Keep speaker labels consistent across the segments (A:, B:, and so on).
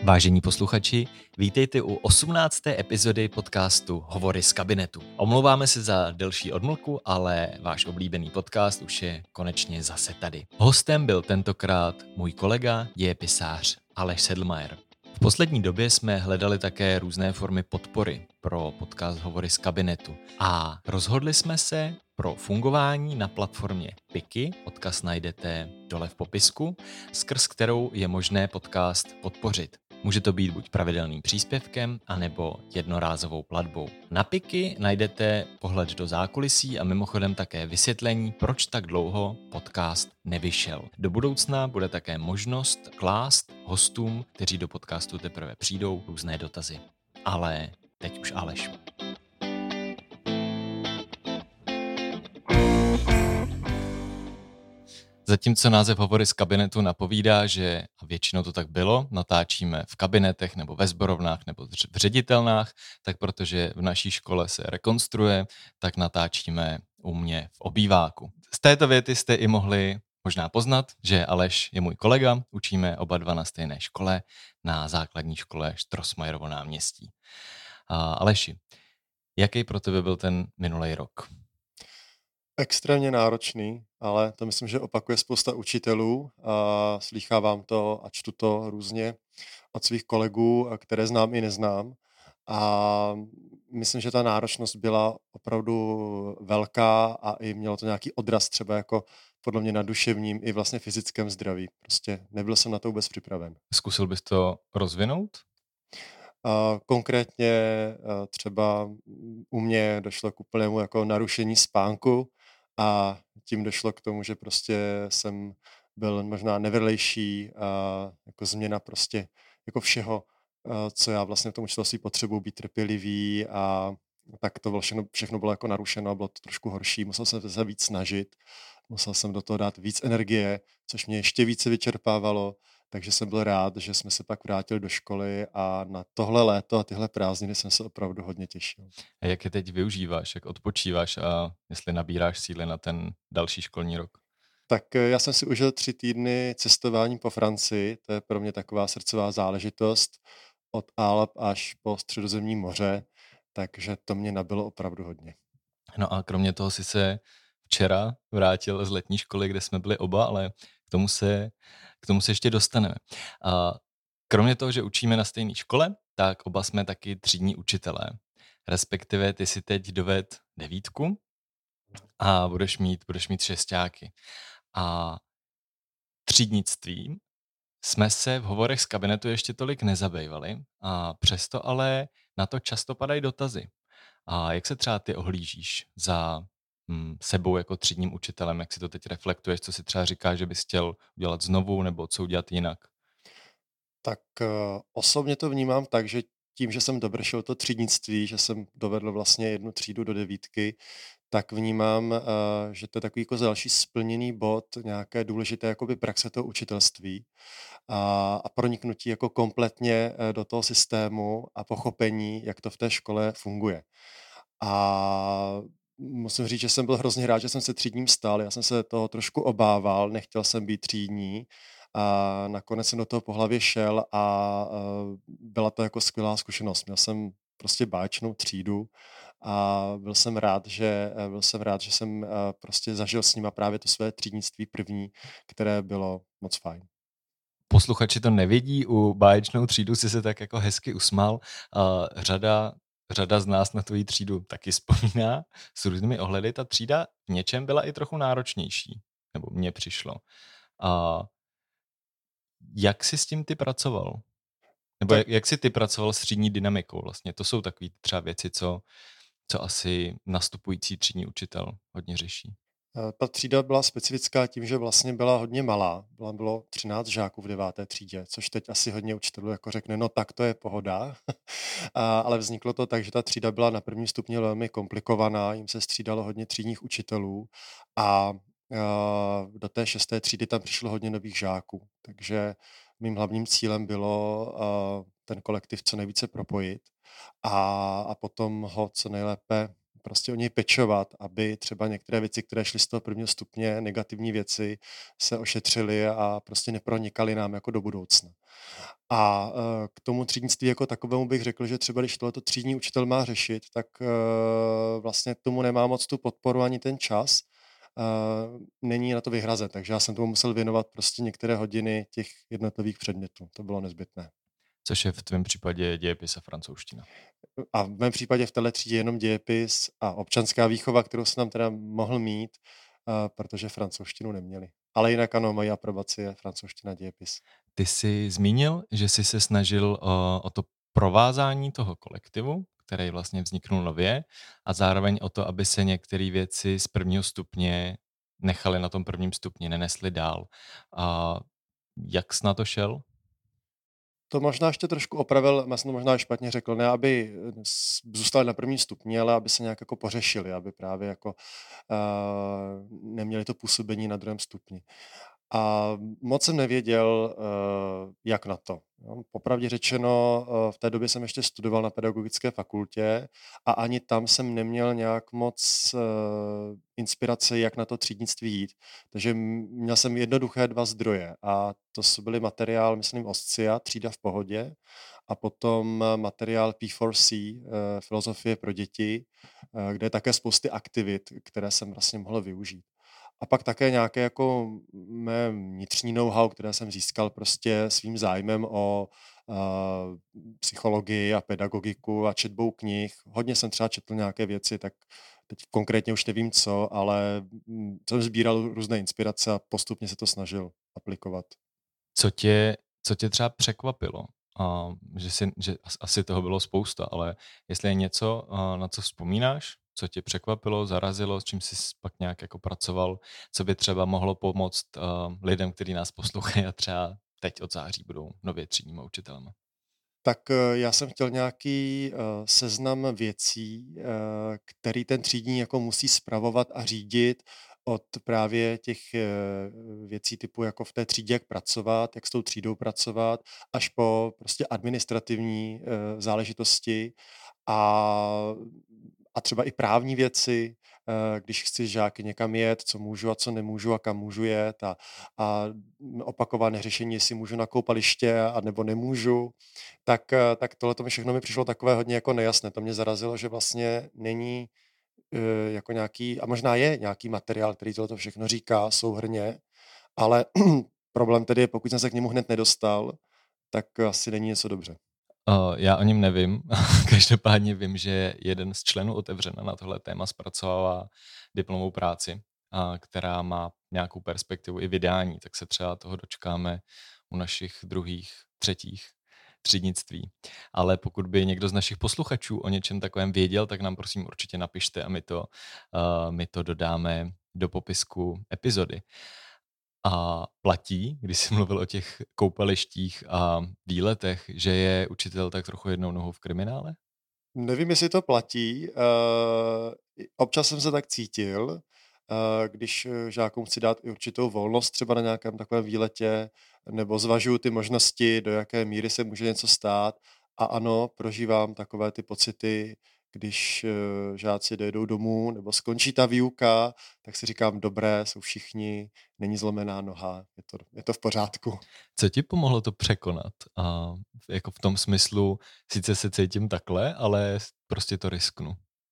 A: Vážení posluchači, vítejte u 18. epizody podcastu Hovory z kabinetu. Omlouváme se za delší odmlku, ale váš oblíbený podcast už je konečně zase tady. Hostem byl tentokrát můj kolega, dějepisář Aleš Sedlmajer. V poslední době jsme hledali také různé formy podpory pro podcast Hovory z kabinetu a rozhodli jsme se pro fungování na platformě Piky, odkaz najdete dole v popisku, skrz kterou je možné podcast podpořit. Může to být buď pravidelným příspěvkem, anebo jednorázovou platbou. Na Piky najdete pohled do zákulisí a mimochodem také vysvětlení, proč tak dlouho podcast nevyšel. Do budoucna bude také možnost klást hostům, kteří do podcastu teprve přijdou, různé dotazy. Ale teď už Aleš. Zatímco název Hovory z kabinetu napovídá, že, a většinou to tak bylo, natáčíme v kabinetech nebo ve sborovnách nebo v ředitelnách, tak protože v naší škole se rekonstruuje, tak natáčíme u mě v obýváku. Z této věty jste i mohli možná poznat, že Aleš je můj kolega, učíme oba dva na stejné škole, na základní škole Strossmayerovo náměstí. Aleši, jaký pro tebe byl ten minulý rok?
B: Extrémně náročný, ale to myslím, že opakuje spousta učitelů a slýchávám to a čtu to různě od svých kolegů, které znám i neznám. A myslím, že ta náročnost byla opravdu velká a i mělo to nějaký odraz třeba jako podle mě na duševním i vlastně fyzickém zdraví. Prostě nebyl jsem na to vůbec připraven.
A: Zkusil bys to rozvinout?
B: Konkrétně třeba u mě došlo k úplnému jako narušení spánku a tím došlo k tomu, že prostě jsem byl možná nevedlejší a jako změna prostě jako všeho, co já vlastně v tom učitelství potřebuji být trpělivý a tak to bylo všechno bylo jako narušeno a bylo to trošku horší. Musel jsem se víc snažit, musel jsem do toho dát víc energie, což mě ještě více vyčerpávalo. Takže jsem byl rád, že jsme se pak vrátili do školy a na tohle léto a tyhle prázdniny jsem se opravdu hodně těšil.
A: A jak je teď využíváš, jak odpočíváš a jestli nabíráš síly na ten další školní rok?
B: Tak já jsem si užil 3 týdny cestování po Francii, to je pro mě taková srdcová záležitost, od Alp až po Středozemní moře, takže to mě nabilo opravdu hodně.
A: No a kromě toho si se včera vrátil z letní školy, kde jsme byli oba, ale k tomu se ještě dostaneme. A kromě toho, že učíme na stejné škole, tak oba jsme taky třídní učitelé. Respektive ty si teď doved 9 a budeš mít šestáky. A třídnictvím jsme se v hovorech z kabinetu ještě tolik nezabývali a přesto ale na to často padají dotazy. A jak se třeba ty ohlížíš za sebou jako třídním učitelem, jak si to teď reflektuješ, co si třeba říkáš, že bys chtěl udělat znovu nebo co udělat jinak?
B: Tak osobně to vnímám tak, že tím, že jsem dovršil to třídnictví, že jsem dovedl vlastně 1 třídu do 9, tak vnímám, že to je takový jako další splněný bod nějaké důležité jakoby praxe toho učitelství a proniknutí jako kompletně do toho systému a pochopení, jak to v té škole funguje. A musím říct, že jsem byl hrozně rád, že jsem se třídním stal. Já jsem se toho trošku obával, nechtěl jsem být třídní a nakonec jsem do toho po hlavě šel a byla to jako skvělá zkušenost. Měl jsem prostě báječnou třídu a byl jsem rád, že jsem prostě zažil s nima právě to své třídnictví první, které bylo moc fajn.
A: Posluchači to nevidí, u báječnou třídu si se tak jako hezky usmál. Řada z nás na tvoji třídu taky vzpomíná s různými ohledy. Ta třída v něčem byla i trochu náročnější, nebo mně přišlo. A jak jsi s tím ty pracoval? Nebo
B: Tak
A: jak jsi ty pracoval s třídní dynamikou vlastně? To jsou takové třeba věci, co asi nastupující třídní učitel hodně řeší.
B: Ta třída byla specifická tím, že vlastně byla hodně malá. Bylo 13 žáků v 9. třídě, což teď asi hodně učitelů jako řekne, no tak to je pohoda. Ale vzniklo to tak, že ta třída byla na prvním stupni velmi komplikovaná, jim se střídalo hodně třídních učitelů a do té 6. třídy tam přišlo hodně nových žáků. Takže mým hlavním cílem bylo ten kolektiv co nejvíce propojit a potom ho co nejlépe prostě o něj pečovat, aby třeba některé věci, které šly z toho prvního stupně, negativní věci, se ošetřily a prostě nepronikaly nám jako do budoucna. A k tomu třídnictví jako takovému bych řekl, že třeba když tohleto třídní učitel má řešit, tak vlastně tomu nemá moc tu podporu ani ten čas, není na to vyhrazen, takže já jsem tomu musel věnovat prostě některé hodiny těch jednotlivých předmětů. To bylo nezbytné.
A: Což je v tvém případě dějepis a francouzština.
B: A v mém případě v téhle třídě jenom dějepis a občanská výchova, kterou jsem tam teda mohl mít, protože francouzštinu neměli. Ale jinak ano, mojí aprobaci je francouzština, dějepis.
A: Ty jsi zmínil, že jsi se snažil o to provázání toho kolektivu, který vlastně vzniknul nově, a zároveň o to, aby se některé věci z prvního stupně nechaly na tom prvním stupni, nenesly dál. A jak jsi na to šel?
B: To možná ještě trošku opravil, já jsem to možná špatně řekl, ne aby zůstali na prvním stupni, ale aby se nějak jako pořešili, aby právě jako neměli to působení na druhém stupni. A moc jsem nevěděl, jak na to. Jo. Popravdě řečeno, v té době jsem ještě studoval na pedagogické fakultě a ani tam jsem neměl nějak moc inspirace, jak na to třídnictví jít. Takže měl jsem jednoduché dva zdroje a to byly materiál, myslím, Oscia, Třída v pohodě, a potom materiál P4C, Filozofie pro děti, kde je také spousty aktivit, které jsem vlastně mohl využít. A pak také nějaké jako mé vnitřní know-how, které jsem získal prostě svým zájmem o psychologii a pedagogiku a četbou knih. Hodně jsem třeba četl nějaké věci, tak teď konkrétně už nevím co, ale jsem sbíral různé inspirace a postupně se to snažil aplikovat.
A: Co tě třeba překvapilo? Že asi toho bylo spousta, ale jestli je něco, na co vzpomínáš, co tě překvapilo, zarazilo, s čím jsi pak nějak jako pracoval, co by třeba mohlo pomoct lidem, kteří nás poslouchají a třeba teď od září budou nově třídními učitelemi?
B: Tak já jsem chtěl nějaký seznam věcí, který ten třídní jako musí spravovat a řídit, od právě těch věcí typu jako v té třídě, jak pracovat, jak s tou třídou pracovat, až po prostě administrativní záležitosti a, a třeba i právní věci, když chci žáky někam jet, co můžu a co nemůžu a kam můžu jet a opakované řešení, jestli můžu na koupaliště a nebo nemůžu, tak tohle mi všechno mi přišlo takové hodně jako nejasné. To mě zarazilo, že vlastně není jako nějaký, a možná je nějaký materiál, který tohle všechno říká souhrnně, ale problém tedy je, pokud jsem se k němu hned nedostal, tak asi není něco dobře.
A: Já o něm nevím. Každopádně vím, že jeden z členů Otevřena na tohle téma zpracovává diplomovou práci, která má nějakou perspektivu i vydání, tak se třeba toho dočkáme u našich druhých, třetích třídnictví. Ale pokud by někdo z našich posluchačů o něčem takovém věděl, tak nám prosím určitě napište a my to dodáme do popisku epizody. A platí, když jsi mluvil o těch koupalištích a výletech, že je učitel tak trochu jednou nohou v kriminále?
B: Nevím, jestli to platí. Občas jsem se tak cítil, když žákům chci dát i určitou volnost třeba na nějakém takovém výletě, nebo zvažuju ty možnosti, do jaké míry se může něco stát. A ano, prožívám takové ty pocity, když žáci dojedou domů nebo skončí ta výuka, tak si říkám, dobré, jsou všichni, není zlomená noha, je to v pořádku.
A: Co ti pomohlo to překonat? Jako v tom smyslu, sice se cítím takhle, ale prostě to risknu.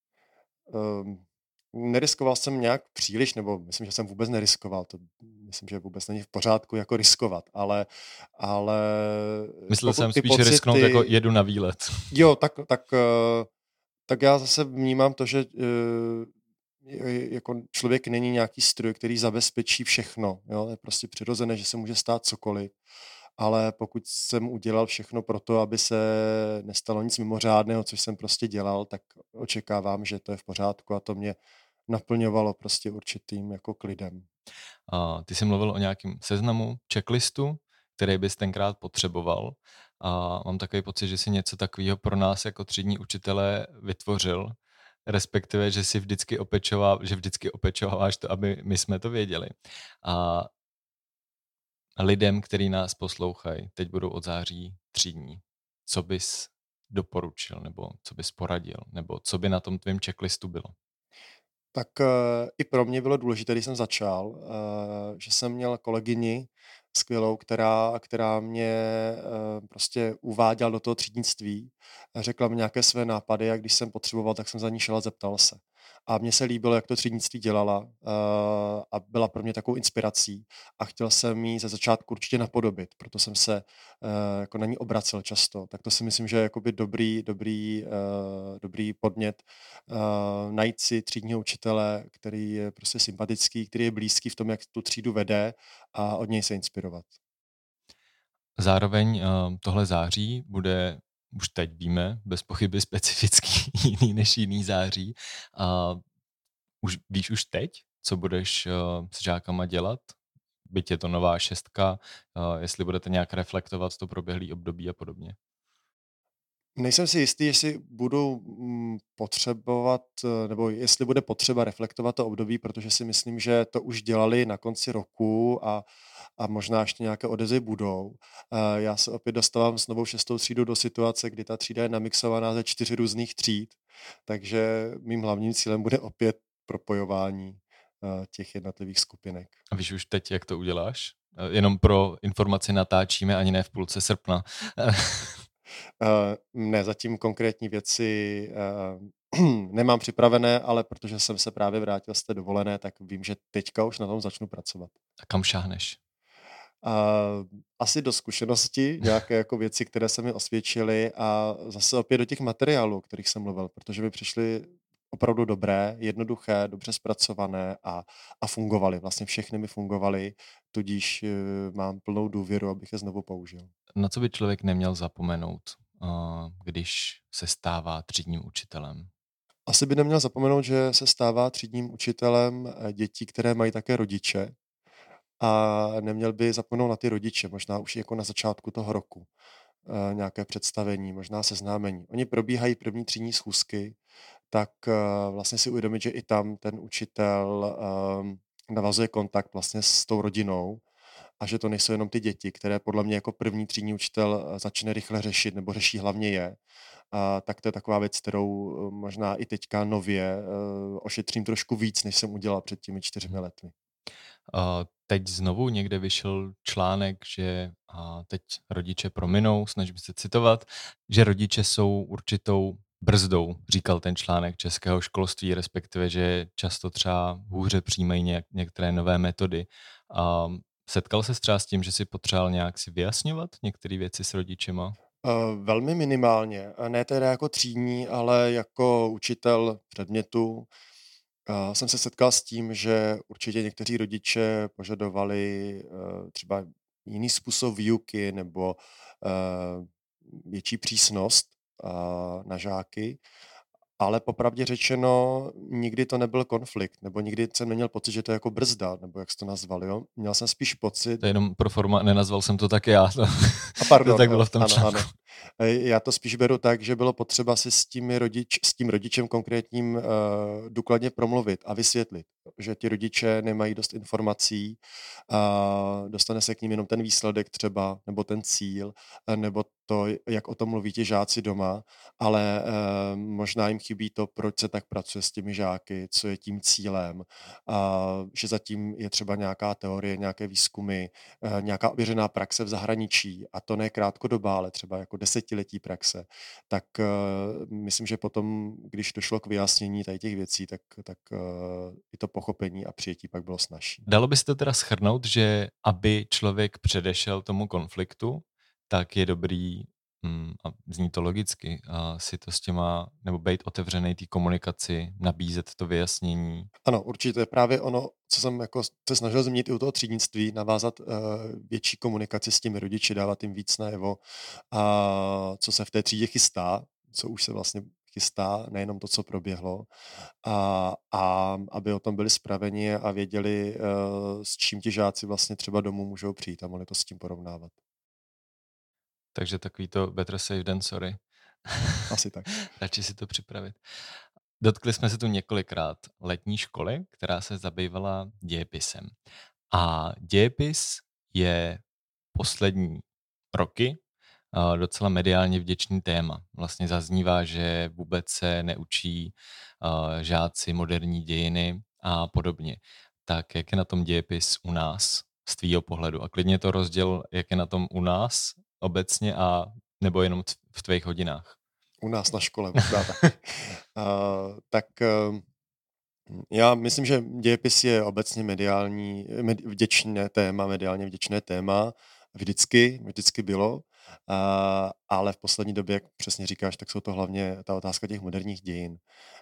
B: Neriskoval jsem nějak příliš, nebo myslím, že jsem vůbec neriskoval. To myslím, že vůbec není v pořádku jako riskovat, ale
A: Myslel jsem
B: ty
A: spíš
B: pocity,
A: risknout jako jedu na výlet.
B: Jo, tak já zase vnímám to, že jako člověk není nějaký stroj, který zabezpečí všechno. Jo? Je prostě přirozené, že se může stát cokoliv. Ale pokud jsem udělal všechno pro to, aby se nestalo nic mimořádného, což jsem prostě dělal, tak očekávám, že to je v pořádku a to mě naplňovalo prostě určitým jako klidem.
A: Ty jsi mluvil o nějakém seznamu, checklistu, který bys tenkrát potřeboval. A mám takový pocit, že si něco takového pro nás jako třídní učitelé vytvořil, respektive, že si vždycky opečováváš to, aby my jsme to věděli. A lidem, kteří nás poslouchají, teď budou od září třídní. Co bys doporučil, nebo co bys poradil, nebo co by na tom tvém checklistu bylo?
B: Tak i pro mě bylo důležité, když jsem začal, že jsem měl kolegyni skvělou, která mě prostě uváděla do toho třídnictví, řekla mi nějaké své nápady a když jsem potřeboval, tak jsem za ní šel a zeptal se. A mně se líbilo, jak to třídnictví dělala a byla pro mě takovou inspirací a chtěl jsem ji ze začátku určitě napodobit, proto jsem se jako na ní obracel často. Tak to si myslím, že je jakoby dobrý podnět najít si třídního učitele, který je prostě sympatický, který je blízký v tom, jak tu třídu vede a od něj se inspirovat.
A: Zároveň tohle září bude, už teď víme, bez pochyby specifický jiný než jiný září. Víš už teď, co budeš s žákama dělat? Byť je to nová šestka, jestli budete nějak reflektovat to proběhlé období a podobně.
B: Nejsem si jistý, jestli budu potřebovat, nebo jestli bude potřeba reflektovat to období, protože si myslím, že to už dělali na konci roku a možná ještě nějaké odezvy budou. Já se opět dostávám s novou šestou třídou do situace, kdy ta třída je namixovaná ze 4 různých tříd, takže mým hlavním cílem bude opět propojování těch jednotlivých skupinek.
A: A víš už teď, jak to uděláš? Jenom pro informaci natáčíme ani ne v půlce srpna.
B: Ne, zatím konkrétní věci nemám připravené, ale protože jsem se právě vrátil z té dovolené, tak vím, že teďka už na tom začnu pracovat.
A: A kam šáhneš?
B: Asi do zkušenosti, nějaké jako věci, které se mi osvědčily a zase opět do těch materiálů, o kterých jsem mluvil, protože mi přišly opravdu dobré, jednoduché, dobře zpracované a fungovaly. Vlastně všechny mi fungovaly, tudíž mám plnou důvěru, abych je znovu použil.
A: Na co by člověk neměl zapomenout, když se stává třídním učitelem?
B: Asi by neměl zapomenout, že se stává třídním učitelem dětí, které mají také rodiče a neměl by zapomenout na ty rodiče, možná už jako na začátku toho roku. Nějaké představení, možná seznámení. Oni probíhají první třídní schůzky, tak vlastně si uvědomit, že i tam ten učitel navazuje kontakt vlastně s tou rodinou a že to nejsou jenom ty děti, které podle mě jako první třídní učitel začne rychle řešit nebo řeší hlavně je. Tak to je taková věc, kterou možná i teďka nově ošetřím trošku víc, než jsem udělal před těmi 4 lety.
A: Teď znovu někde vyšel článek, že teď rodiče prominou, snažím se citovat, že rodiče jsou určitou brzdou, říkal ten článek českého školství, respektive, že často třeba hůře přijímají některé nové metody. Setkal se třeba s tím, že si potřeboval nějak si vyjasňovat některé věci s rodičema?
B: Velmi minimálně. Ne teda jako třídní, ale jako učitel předmětu. Jsem se setkal s tím, že určitě někteří rodiče požadovali třeba jiný způsob výuky nebo větší přísnost na žáky, ale popravdě řečeno, nikdy to nebyl konflikt, nebo nikdy jsem neměl pocit, že to je jako brzda, nebo jak jsi to nazval, jo? Měl jsem spíš pocit...
A: To je jenom pro forma, nenazval jsem to tak já.
B: A pardon,
A: to tak bylo v tom
B: ano,
A: článku.
B: ano. Já to spíš beru tak, že bylo potřeba si s tím rodičem konkrétním důkladně promluvit a vysvětlit, že ti rodiče nemají dost informací a dostane se k ním jenom ten výsledek třeba, nebo ten cíl, nebo to, jak o tom mluví ti žáci doma, ale možná jim chybí to, proč se tak pracuje s těmi žáky, co je tím cílem, a že zatím je třeba nějaká teorie, nějaké výzkumy, nějaká ověřená praxe v zahraničí, a to ne krátkodobá, ale třeba jako desetiletí praxe, tak myslím, že potom, když došlo k vyjasnění tady těch věcí, tak i to pochopení a přijetí pak bylo snazší.
A: Dalo by se to teda shrnout, že aby člověk předešel tomu konfliktu, tak je dobrý, a zní to logicky, si to s těma, nebo být otevřený té komunikaci, nabízet to vyjasnění.
B: Ano, určitě právě ono, co jsem jako se snažil zmínit i u toho třídnictví, navázat větší komunikaci s těmi rodiči, dávat jim víc najevo, a co se v té třídě chystá, co už se vlastně chystá, nejenom to, co proběhlo, a aby o tom byli spraveni a věděli, s čím ti žáci vlastně třeba domů můžou přijít a mohli to s tím porovnávat.
A: Takže takový to better safe than sorry.
B: Asi tak.
A: Radši si to připravit. Dotkli jsme se tu několikrát letní školy, která se zabývala dějepisem. A dějepis je poslední roky docela mediálně vděčný téma. Vlastně zaznívá, že vůbec se neučí žáci moderní dějiny a podobně. Tak jak je na tom dějepis u nás z tvýho pohledu? A klidně to rozděl, jak je na tom u nás obecně a nebo jenom v tvých hodinách.
B: U nás na škole možná taky. Tak já myslím, že dějepis je obecně mediálně vděčné téma. Vždycky bylo, ale v poslední době, jak přesně říkáš, tak jsou to hlavně ta otázka těch moderních dějin.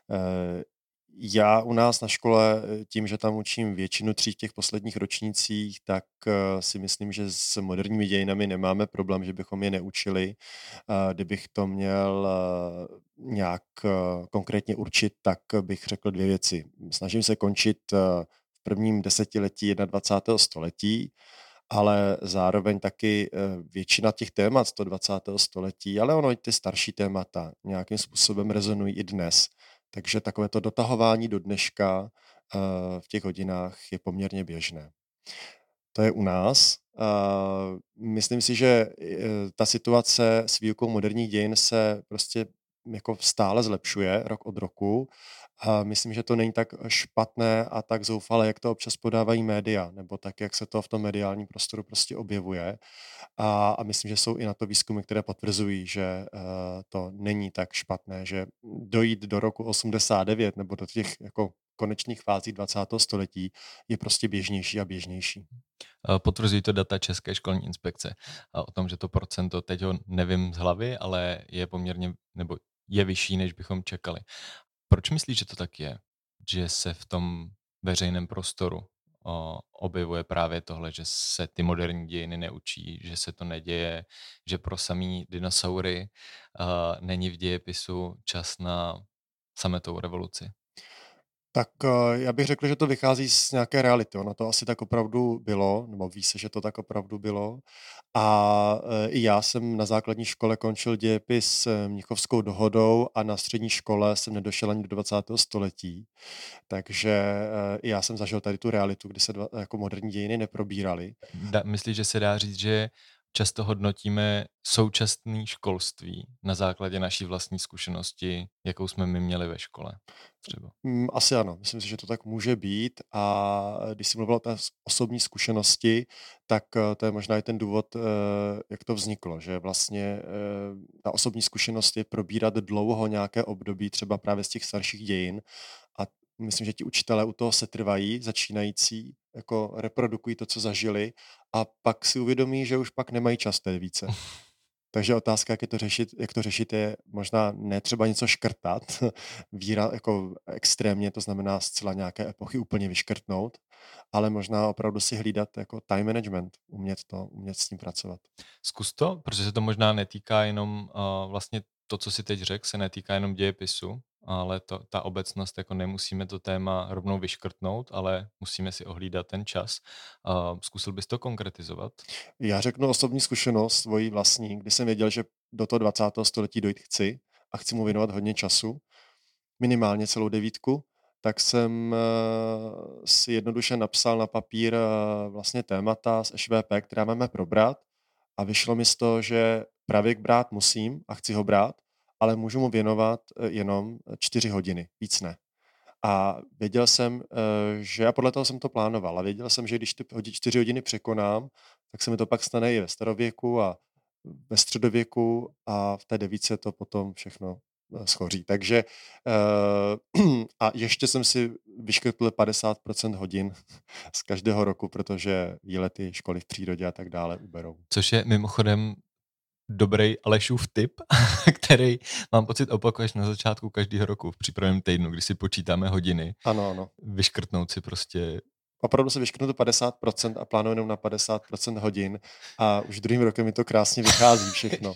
B: Já u nás na škole, tím, že tam učím většinu tříd v těch posledních ročnících, tak si myslím, že s moderními dějinami nemáme problém, že bychom je neučili. Kdybych to měl nějak konkrétně určit, tak bych řekl dvě věci. Snažím se končit v prvním desetiletí 21. století, ale zároveň taky většina těch témat z toho 20. století, ale ono i ty starší témata nějakým způsobem rezonují i dnes. Takže takové to dotahování do dneška v těch hodinách je poměrně běžné. To je u nás. Myslím si, že ta situace s výukou moderních dějin se prostě jako stále zlepšuje rok od roku. A myslím, že to není tak špatné a tak zoufalé, jak to občas podávají média, nebo tak, jak se to v tom mediálním prostoru prostě objevuje. A myslím, že jsou i na to výzkumy, které potvrzují, že to není tak špatné, že dojít do roku 89 nebo do těch jako konečných fází 20. století je prostě běžnější a běžnější.
A: Potvrzují to data České školní inspekce o tom, že to procento, teď ho nevím z hlavy, ale je poměrně, nebo je vyšší, než bychom čekali. Proč myslíš, že to tak je? Že se v tom veřejném prostoru objevuje právě tohle, že se ty moderní dějiny neučí, že se to neděje, že pro samý dinosaury není v dějepisu čas na sametovou revoluci?
B: Tak já bych řekl, že to vychází z nějaké reality. Ono to asi tak opravdu bylo, nebo ví se, že to tak opravdu bylo. A i já jsem na základní škole končil dějepis Mnichovskou dohodou a na střední škole jsem nedošel ani do 20. století. Takže i já jsem zažil tady tu realitu, kdy se jako moderní dějiny neprobíraly.
A: Myslíš, že se dá říct, že často hodnotíme současné školství na základě naší vlastní zkušenosti, jakou jsme my měli ve škole třeba?
B: Asi ano, myslím si, že to tak může být a když jsi mluvil o té osobní zkušenosti, tak to je možná i ten důvod, jak to vzniklo, že vlastně ta osobní zkušenost je probírat dlouho nějaké období, třeba právě z těch starších dějin a myslím, že ti učitelé u toho setrvají, začínající, jako reprodukují to, co zažili a pak si uvědomí, že už pak nemají čas té více. Takže otázka, jak to řešit, je možná ne třeba něco škrtat, jako extrémně, to znamená zcela nějaké epochy úplně vyškrtnout, ale možná opravdu si hlídat jako time management, umět s tím pracovat.
A: Zkus to, protože se to možná netýká jenom vlastně to, co si teď řekl, se netýká jenom dějepisu, ale ta obecnost, jako nemusíme to téma rovnou vyškrtnout, ale musíme si ohlídat ten čas. Zkusil bys to konkretizovat?
B: Já řeknu osobní zkušenost, svoji vlastní, kdy jsem věděl, že do toho 20. století dojít chci a chci mu věnovat hodně času, minimálně celou devítku, tak jsem si jednoduše napsal na papír vlastně témata z ŠVP, která máme probrat a vyšlo mi z toho, že pravěk brát musím a chci ho brát, ale můžu mu věnovat jenom 4 hodiny, víc ne. A věděl jsem, že a podle toho jsem to plánoval a věděl jsem, že když ty 4 hodiny překonám, tak se mi to pak stane i ve starověku a ve středověku a v té devíce to potom všechno schoří. Takže a ještě jsem si vyškrtl 50% hodin z každého roku, protože výlety, školy v přírodě a tak dále uberou.
A: Což je mimochodem dobrý Alešův tip, který mám pocit opakuješ na začátku každého roku v přípravném týdnu, když si počítáme hodiny.
B: Ano.
A: Vyškrtnout si prostě.
B: Opravdu se vyškrtnu to 50% a plánuji jenom na 50% hodin a už druhým rokem mi to krásně vychází všechno.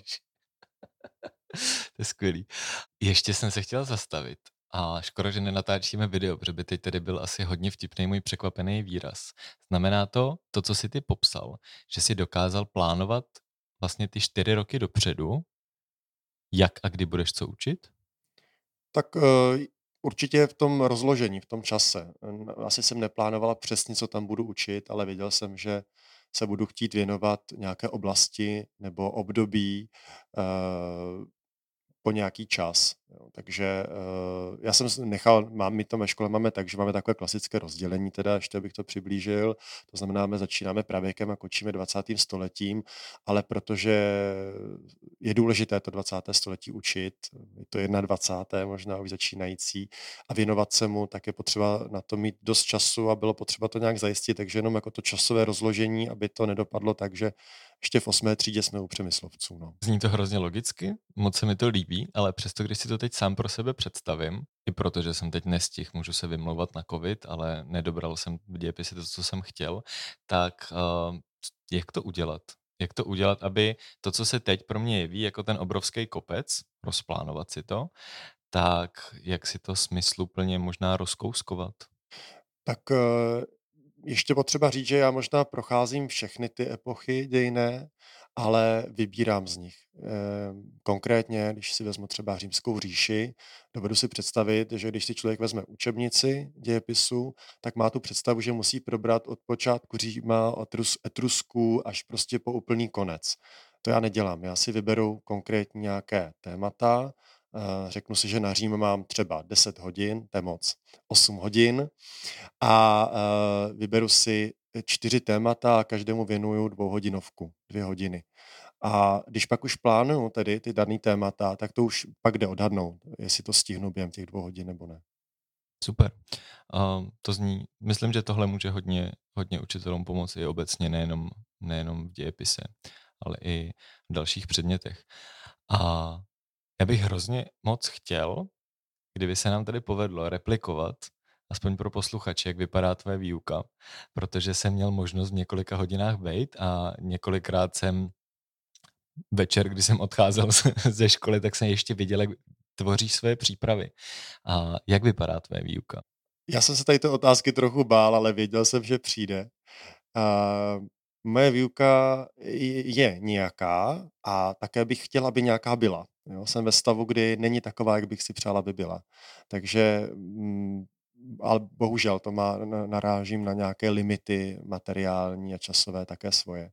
A: To je skvělý. Ještě jsem se chtěl zastavit a škoda, že nenatáčíme video, protože by teď tady byl asi hodně vtipný můj překvapený výraz. Znamená to, co jsi ty popsal, že jsi dokázal plánovat vlastně ty 4 roky dopředu, jak a kdy budeš co učit?
B: Tak určitě v tom rozložení, v tom čase. Asi jsem neplánovala přesně, co tam budu učit, ale věděl jsem, že se budu chtít věnovat nějaké oblasti nebo období po nějaký čas. Jo. Takže já jsem nechal, my to ve škole máme tak, že máme takové klasické rozdělení, teda ještě bych to přiblížil, to znamená, my začínáme pravěkem a končíme 20. stoletím, ale protože je důležité to 20. století učit, je to 21. možná už začínající, a věnovat se mu, tak je potřeba na to mít dost času a bylo potřeba to nějak zajistit, takže jenom jako to časové rozložení, aby to nedopadlo tak, že ještě v 8. třídě jsme u Přemyslovců. No.
A: Zní to hrozně logicky, moc se mi to líbí, ale přesto, když si to teď sám pro sebe představím, i protože jsem teď nestihl, můžu se vymlouvat na covid, ale nedobral jsem v dějepise to, co jsem chtěl, tak jak to udělat? Jak to udělat, aby to, co se teď pro mě jeví jako ten obrovský kopec, rozplánovat si to, tak jak si to smysluplně možná rozkouskovat?
B: Tak ještě potřeba říct, že já možná procházím všechny ty epochy dějinné, ale vybírám z nich. Konkrétně, když si vezmu třeba Římskou říši, dovedu si představit, že když si člověk vezme učebnici dějepisu, tak má tu představu, že musí probrat od počátku Říma, od Etrusků až prostě po úplný konec. To já nedělám. Já si vyberu konkrétně nějaké témata, řeknu si, že na Řím mám třeba 10 hodin, to je moc, 8 hodin, a vyberu si 4 témata a každému věnuju 2hodinovku, 2 hodiny. A když pak už plánuju tedy ty daný témata, tak to už pak jde odhadnout, jestli to stihnu během těch 2 hodin nebo ne.
A: Super. To zní, myslím, že tohle může hodně učitelům pomoci i obecně, nejenom v dějepise, ale i v dalších předmětech. A já bych hrozně moc chtěl, kdyby se nám tady povedlo replikovat, aspoň pro posluchače, jak vypadá tvoje výuka, protože jsem měl možnost v několika hodinách být a několikrát jsem večer, kdy jsem odcházel ze školy, tak jsem ještě viděl, jak tvoříš své přípravy. A jak vypadá tvoje výuka?
B: Já jsem se tady té otázky trochu bál, ale věděl jsem, že přijde. Moje výuka je nějaká a také bych chtěla, aby nějaká byla. Jo? Jsem ve stavu, kdy není taková, jak bych si přál, aby byla. Takže, ale bohužel to narážím na nějaké limity materiální a časové také svoje.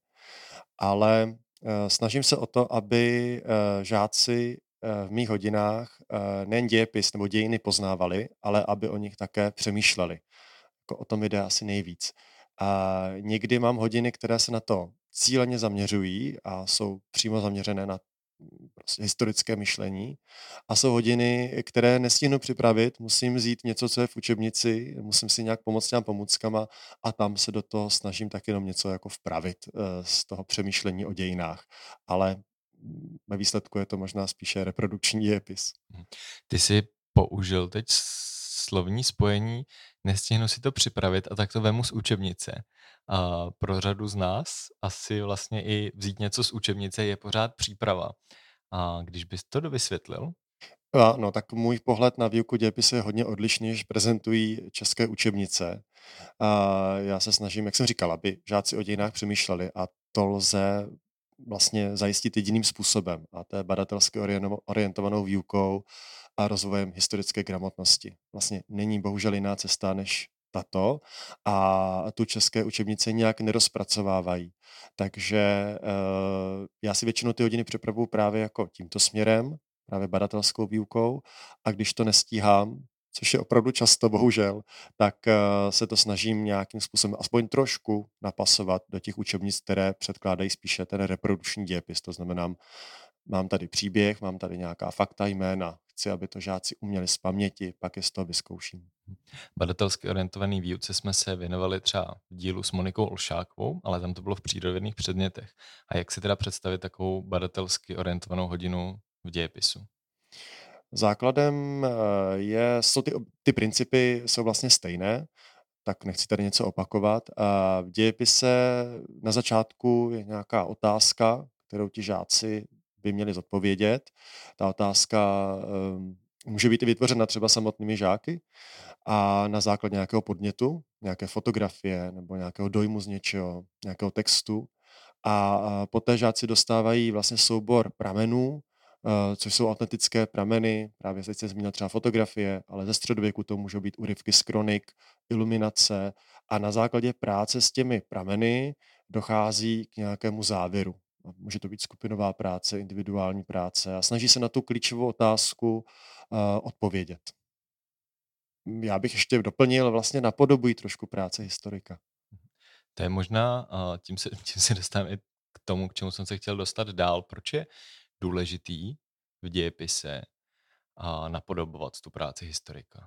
B: Ale snažím se o to, aby žáci v mých hodinách nejen dějepis nebo dějiny poznávali, ale aby o nich také přemýšleli. Jako o tom jde asi nejvíc. A někdy mám hodiny, které se na to cíleně zaměřují a jsou přímo zaměřené na prostě historické myšlení. A jsou hodiny, které nestihnu připravit, musím vzít něco, co je v učebnici, musím si nějak pomoct těm pomůckama a tam se do toho snažím tak jenom něco jako vpravit z toho přemýšlení o dějinách. Ale ve výsledku je to možná spíše reprodukční dějepis.
A: Ty jsi použil teď slovní spojení, nestihnu si to připravit a tak to vemu z učebnice. A pro řadu z nás asi vlastně i vzít něco z učebnice je pořád příprava. A když bys to dovysvětlil?
B: No, tak můj pohled na výuku dějepisu je hodně odlišný, než prezentují české učebnice. A já se snažím, jak jsem říkal, aby žáci o dějinách přemýšleli a to lze vlastně zajistit jediným způsobem, a to je badatelsky orientovanou výukou a rozvojem historické gramotnosti. Vlastně není bohužel jiná cesta než tato a tu české učebnice nějak nerozpracovávají. Takže já si většinou ty hodiny připravuju právě jako tímto směrem, právě badatelskou výukou, a když to nestíhám, což je opravdu často, bohužel, tak se to snažím nějakým způsobem aspoň trošku napasovat do těch učebnic, které předkládají spíše ten reprodukční dějepis. To znamená, mám tady příběh, mám tady nějaká fakta, jména. Chci, aby to žáci uměli z paměti, pak je z toho vyzkouším.
A: Badatelsky orientovaný výuce jsme se věnovali třeba v dílu s Monikou Olšákovou, ale tam to bylo v přírodovědných předmětech. A jak si teda představit takovou badatelsky orientovanou hodinu v dějepisu?
B: Základem jsou ty principy jsou vlastně stejné, tak nechci tady něco opakovat. A v dějepise na začátku je nějaká otázka, kterou ti žáci by měli zodpovědět. Ta otázka může být i vytvořena třeba samotnými žáky a na základě nějakého podnětu, nějaké fotografie nebo nějakého dojmu z něčeho, nějakého textu. A poté žáci dostávají vlastně soubor pramenů, což jsou autentické prameny, právě teď jsem zmínil třeba fotografie, ale ze středověku to můžou být úryvky z kronik, iluminace, a na základě práce s těmi prameny dochází k nějakému závěru. Může to být skupinová práce, individuální práce a snaží se na tu klíčovou otázku odpovědět. Já bych ještě doplnil, vlastně napodobují trošku práce historika.
A: To je možná, tím se dostávám i k tomu, k čemu jsem se chtěl dostat dál. Proč je důležitý v dějepise napodobovat tu práci historika?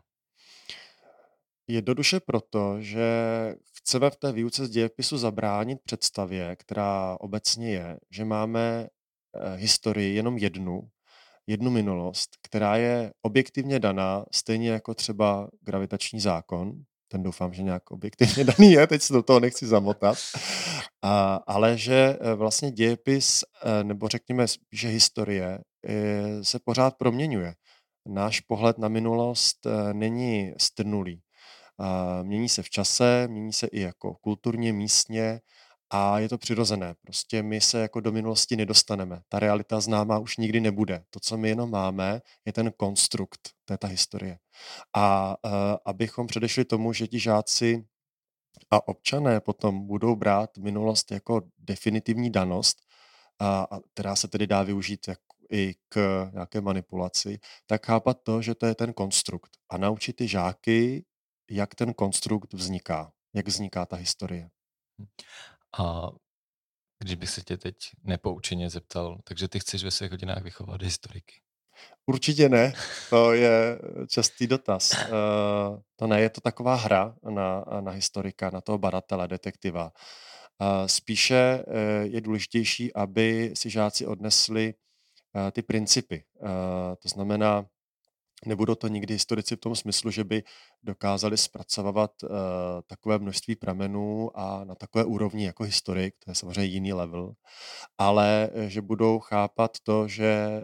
B: Jednoduše proto, že chceme v té výuce z dějepisu zabránit představě, která obecně je, že máme historii jenom jednu minulost, která je objektivně daná, stejně jako třeba gravitační zákon. Ten doufám, že nějak objektivně daný je, teď se do toho nechci zamotat. Ale že vlastně dějepis, nebo řekněme spíše historie, se pořád proměňuje. Náš pohled na minulost není strnulý. Mění se v čase, mění se i jako kulturně, místně a je to přirozené. Prostě my se jako do minulosti nedostaneme. Ta realita známá už nikdy nebude. To, co my jenom máme, je ten konstrukt, to je ta historie. Abychom předešli tomu, že ti žáci a občané potom budou brát minulost jako definitivní danost, která se tedy dá využít i k nějaké manipulaci, tak chápat to, že to je ten konstrukt a naučit ty žáky, jak ten konstrukt vzniká, jak vzniká ta historie.
A: A když bych se tě teď nepoučeně zeptal, takže ty chceš ve svých hodinách vychovat historiky?
B: Určitě ne, to je častý dotaz. To ne, je to taková hra na historika, na toho badatele, detektiva. Spíše je důležitější, aby si žáci odnesli ty principy. To znamená, nebudou to nikdy historici v tom smyslu, že by dokázali zpracovávat takové množství pramenů a na takové úrovni jako historik, to je samozřejmě jiný level, ale že budou chápat to, že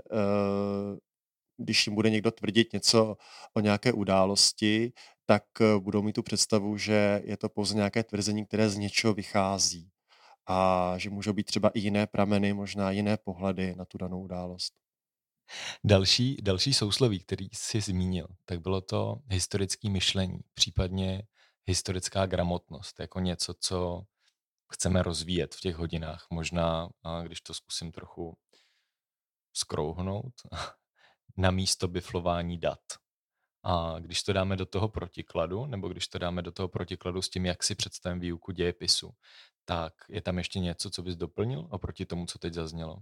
B: když jim bude někdo tvrdit něco o nějaké události, tak budou mít tu představu, že je to pouze nějaké tvrzení, které z něčeho vychází a že můžou být třeba i jiné prameny, možná jiné pohledy na tu danou událost.
A: Další sousloví, který jsi zmínil, tak bylo to historické myšlení, případně historická gramotnost, jako něco, co chceme rozvíjet v těch hodinách. Možná, když to zkusím trochu skrouhnout, na místo biflování dat. A když to dáme do toho protikladu, nebo když to dáme do toho protikladu s tím, jak si představím výuku dějepisu, tak je tam ještě něco, co bys doplnil oproti tomu, co teď zaznělo?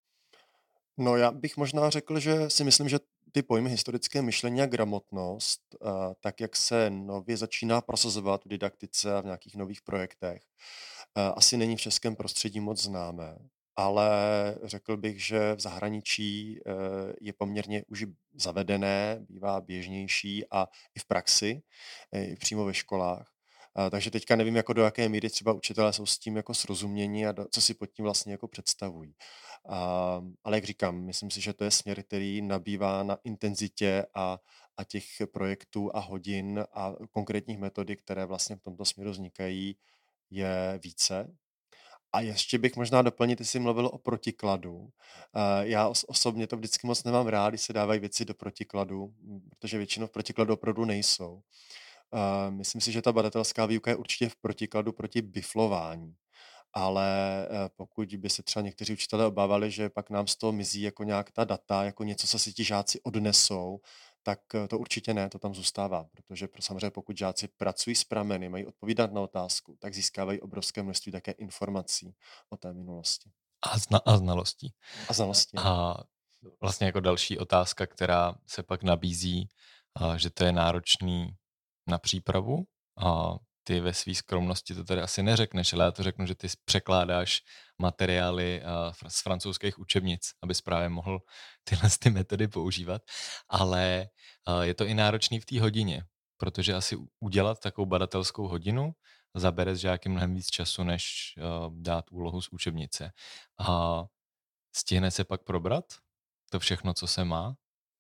B: No, já bych možná řekl, že si myslím, že ty pojmy historické myšlení a gramotnost, tak jak se nově začíná prosazovat v didaktice a v nějakých nových projektech, asi není v českém prostředí moc známé, ale řekl bych, že v zahraničí je poměrně už zavedené, bývá běžnější a i v praxi, i přímo ve školách. Takže teďka nevím, jako do jaké míry třeba učitelé jsou s tím jako srozuměni a co si pod tím vlastně jako představují. Ale jak říkám, myslím si, že to je směr, který nabývá na intenzitě a těch projektů a hodin a konkrétních metodik, které vlastně v tomto směru vznikají, je více. A ještě bych možná doplnil, ty jsi mluvil o protikladu. Já osobně to vždycky moc nemám rád, když se dávají věci do protikladu, protože většinou v protikladu opravdu nejsou. Myslím si, že ta badatelská výuka je určitě v protikladu proti biflování. Ale pokud by se třeba někteří učitelé obávali, že pak nám z toho mizí jako nějak ta data, jako něco, co si ti žáci odnesou, tak to určitě ne, to tam zůstává, protože samozřejmě pokud žáci pracují s prameny, mají odpovídat na otázku, tak získávají obrovské množství také informací o té minulosti.
A: A znalostí.
B: A znalosti, ano.
A: A vlastně jako další otázka, která se pak nabízí, že to je náročný na přípravu. A ty ve své skromnosti to tady asi neřekneš, ale já to řeknu, že ty překládáš materiály z francouzských učebnic, aby právě mohl tyhle ty metody používat. Ale je to i náročný v té hodině, protože asi udělat takovou badatelskou hodinu zabere s žáky mnohem víc času, než dát úlohu z učebnice. A stihne se pak probrat to všechno, co se má?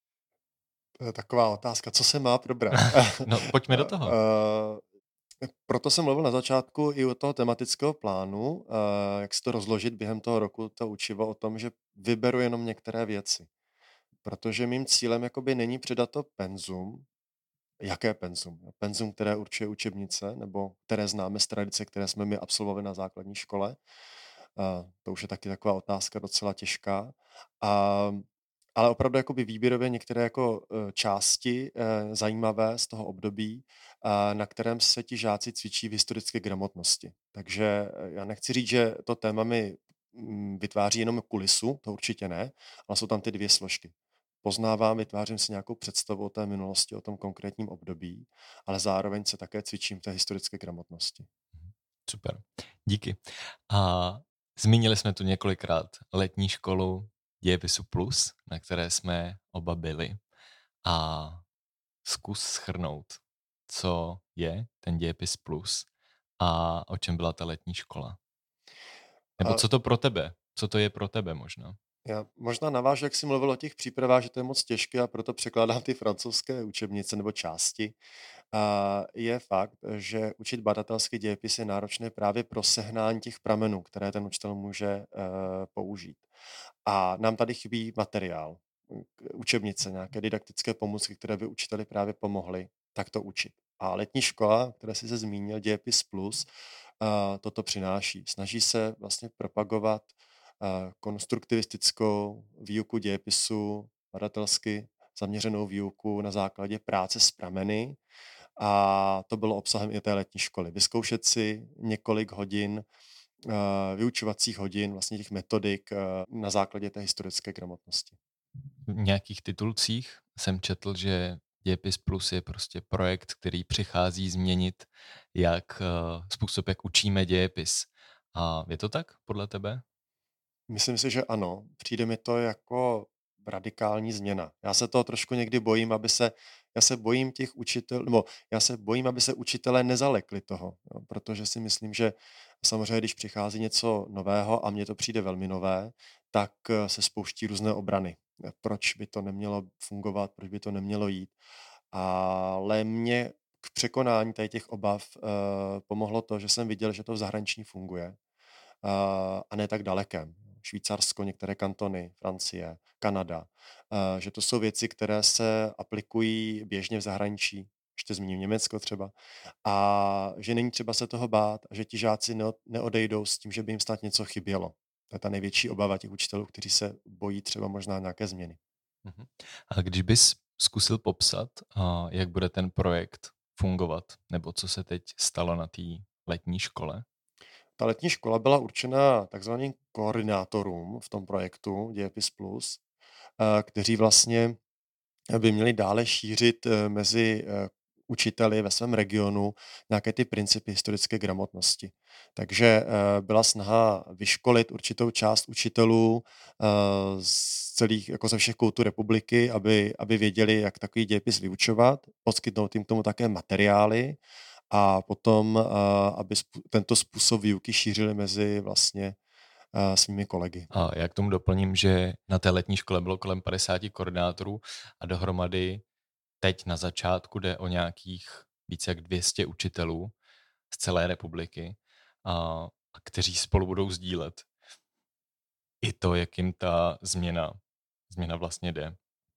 B: To je taková otázka, co se má probrat.
A: No, pojďme do toho.
B: Proto jsem mluvil na začátku i o toho tematického plánu, jak si to rozložit během toho roku, to učivo o tom, že vyberu jenom některé věci. Protože mým cílem jakoby není předat to penzum, jaké penzum. Penzum, které určuje učebnice, nebo které známe z tradice, které jsme my absolvovali na základní škole. To už je taky taková otázka docela těžká. A, ale opravdu jakoby výběrově některé jako části zajímavé z toho období, na kterém se ti žáci cvičí v historické gramotnosti. Takže já nechci říct, že to téma mi vytváří jenom kulisu, to určitě ne, ale jsou tam ty dvě složky. Poznávám, vytvářím si nějakou představu o té minulosti, o tom konkrétním období, ale zároveň se také cvičím v té historické gramotnosti.
A: Super, díky. A zmínili jsme tu několikrát letní školu Dějepisu Plus, na které jsme oba byli. A zkus shrnout, co je ten Dějepis Plus a o čem byla ta letní škola. Nebo
B: A
A: co to pro tebe? Co to je pro tebe možná?
B: já možná navážu, jak jsi mluvil o těch přípravách, že to je moc těžké a proto překládám ty francouzské učebnice nebo části. A je fakt, že učit badatelský dějepis je náročné právě pro sehnání těch pramenů, které ten učitel může použít. A nám tady chybí materiál, učebnice, nějaké didaktické pomůcky, které by učiteli právě pomohly tak to učit. A letní škola, které jsi se zmínil, Dějepis Plus, toto přináší. Snaží se vlastně propagovat konstruktivistickou výuku dějepisu, badatelsky zaměřenou výuku na základě práce s prameny, a to bylo obsahem i té letní školy. Vyzkoušet si několik hodin, vyučovacích hodin, vlastně těch metodik na základě té historické gramotnosti.
A: V nějakých titulcích jsem četl, že Dějepis Plus je prostě projekt, který přichází změnit způsob, jak učíme dějepis. A je to tak podle tebe?
B: Myslím si, že ano. Přijde mi to jako radikální změna. Já se toho trošku někdy bojím, já se bojím těch učitelů, nebo já se bojím, aby se učitelé nezalekli toho, jo, protože si myslím, že samozřejmě, když přichází něco nového a mně to přijde velmi nové, tak se spouští různé obrany. Proč by to nemělo fungovat, proč by to nemělo jít. Ale mě k překonání tady těch obav pomohlo to, že jsem viděl, že to v zahraničí funguje a ne tak dalekém. Švýcarsko, některé kantony, Francie, Kanada, že to jsou věci, které se aplikují běžně v zahraničí, ještě zmíním Německo třeba, a že není třeba se toho bát a že ti žáci neodejdou s tím, že by jim snad něco chybělo. To je ta největší obava těch učitelů, kteří se bojí třeba možná nějaké změny.
A: Mhm. A když bys zkusil popsat, jak bude ten projekt fungovat, nebo co se teď stalo na té letní škole?
B: Ta letní škola byla určena takzvaným koordinátorům v tom projektu Dějepis Plus, kteří vlastně by měli dále šířit mezi učiteli ve svém regionu nějaké ty principy historické gramotnosti. Takže byla snaha vyškolit určitou část učitelů jako ze všech koutů republiky, aby věděli, jak takový dějepis vyučovat, poskytnout jim k tomu také materiály a potom, aby tento způsob výuky šířili mezi vlastně svými kolegy.
A: A já k tomu doplním, že na té letní škole bylo kolem 50 koordinátorů a dohromady teď na začátku jde o nějakých více jak 200 učitelů z celé republiky, a kteří spolu budou sdílet i to, jak jim ta změna vlastně jde.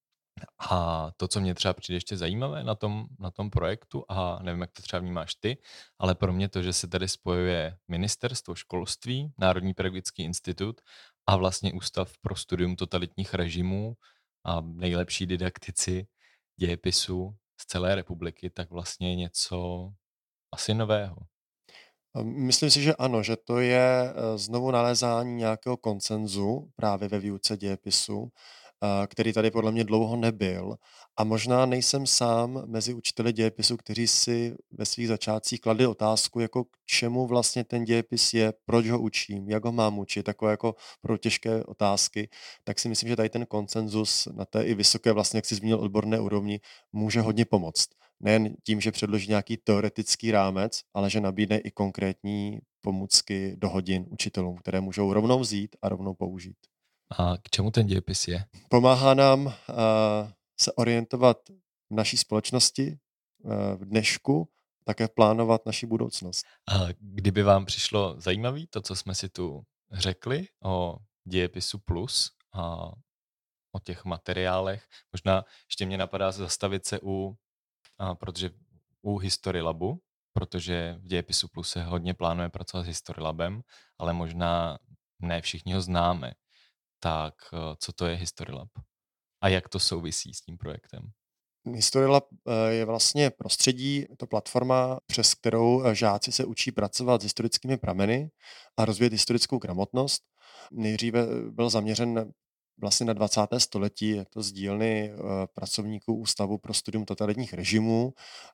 A: A to, co mě třeba přijde ještě zajímavé na tom projektu, a nevím, jak to třeba vnímáš ty, ale pro mě to, že se tady spojuje Ministerstvo školství, Národní pedagogický institut a vlastně Ústav pro studium totalitních režimů a nejlepší didaktici dějepisu z celé republiky, tak vlastně je něco asi nového.
B: Myslím si, že ano, že to je znovu nalézání nějakého konsenzu právě ve výuce dějepisu, který tady podle mě dlouho nebyl. A možná nejsem sám mezi učiteli dějepisu, kteří si ve svých začátcích kladli otázku, jako k čemu vlastně ten dějepis je, proč ho učím, jak ho mám učit, takové jako pro těžké otázky. Tak si myslím, že tady ten konsenzus na té i vysoké, vlastně, jak jsi zmínil, odborné úrovni, může hodně pomoct. Nejen tím, že předloží nějaký teoretický rámec, ale že nabídne i konkrétní pomůcky do hodin učitelům, které můžou rovnou vzít a rovnou použít.
A: A k čemu ten dějepis je?
B: Pomáhá nám se orientovat v naší společnosti, v dnešku, také plánovat naši budoucnost.
A: A kdyby vám přišlo zajímavé to, co jsme si tu řekli o dějepisu plus a o těch materiálech, možná ještě mě napadá zastavit se u protože u History Labu, protože v Dějepisu Plus se hodně plánuje pracovat s History Labem, ale možná ne všichni ho známe. Tak co to je History Lab? A jak to souvisí s tím projektem?
B: HistoryLab je vlastně prostředí, je to platforma, přes kterou žáci se učí pracovat s historickými prameny a rozvíjet historickou gramotnost. Nejdříve byl zaměřen vlastně na 20. století, je to z dílny pracovníků Ústavu pro studium totalitních režimů.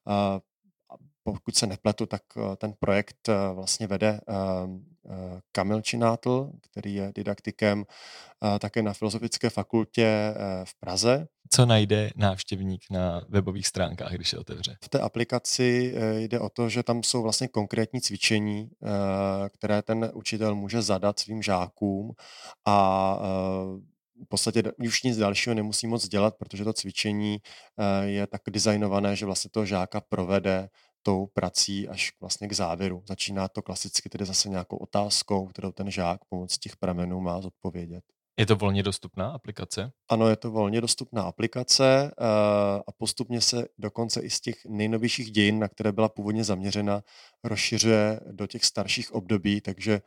B: A pokud se nepletu, tak ten projekt vlastně vede Kamil Činátl, který je didaktikem také na Filozofické fakultě v Praze.
A: Co najde návštěvník na webových stránkách, když se otevře?
B: V té aplikaci jde o to, že tam jsou vlastně konkrétní cvičení, které ten učitel může zadat svým žákům a v podstatě už nic dalšího nemusí moc dělat, protože to cvičení je tak designované, že vlastně toho žáka provede tou prací až vlastně k závěru. Začíná to klasicky tedy zase nějakou otázkou, kterou ten žák pomocí těch pramenů má zodpovědět.
A: Je to volně dostupná aplikace?
B: Ano, je to volně dostupná aplikace a postupně se dokonce i z těch nejnovějších dějin, na které byla původně zaměřena, rozšiřuje do těch starších období, takže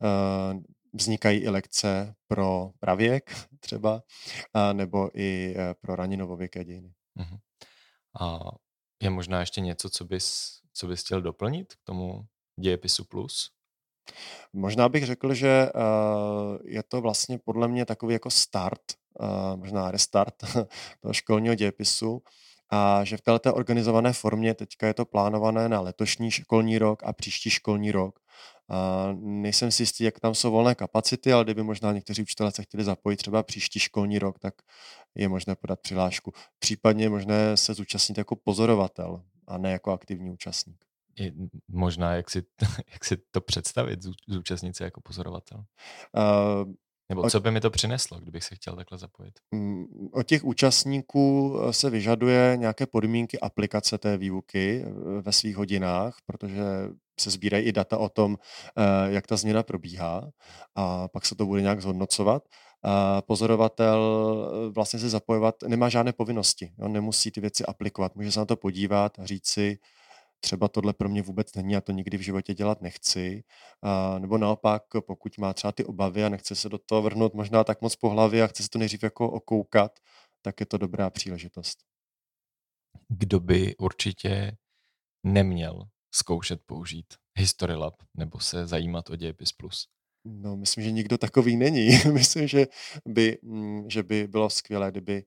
B: vznikají i lekce pro pravěk třeba, nebo i pro raně novověké dějiny.
A: Uh-huh. A je možná ještě něco, co bys chtěl doplnit k tomu Dějepisu Plus?
B: Možná bych řekl, že je to vlastně podle mě takový jako start, možná restart toho školního dějepisu a že v této organizované formě teďka je to plánované na letošní školní rok a příští školní rok. Nejsem si jistý, jak tam jsou volné kapacity, ale kdyby možná někteří učitelé se chtěli zapojit třeba příští školní rok, tak je možné podat přihlášku. Případně je možné se zúčastnit jako pozorovatel a ne jako aktivní účastník.
A: Je možná, jak si to představit, zúčastnit se jako pozorovatel? Nebo co by mi to přineslo, kdybych se chtěl takhle zapojit?
B: Od těch účastníků se vyžaduje nějaké podmínky aplikace té výuky ve svých hodinách, protože se sbírají i data o tom, jak ta změna probíhá a pak se to bude nějak zhodnocovat. Pozorovatel vlastně se zapojovat nemá žádné povinnosti, on nemusí ty věci aplikovat, může se na to podívat a říct si, třeba tohle pro mě vůbec není a to nikdy v životě dělat nechci. Nebo naopak, pokud má třeba ty obavy a nechce se do toho vrhnout možná tak moc po hlavě a chce se to nejdřív jako okoukat, tak je to dobrá příležitost.
A: Kdo by určitě neměl zkoušet použít History Lab nebo se zajímat o Dějepis Plus?
B: No, myslím, že nikdo takový není. Myslím, že by bylo skvělé, kdyby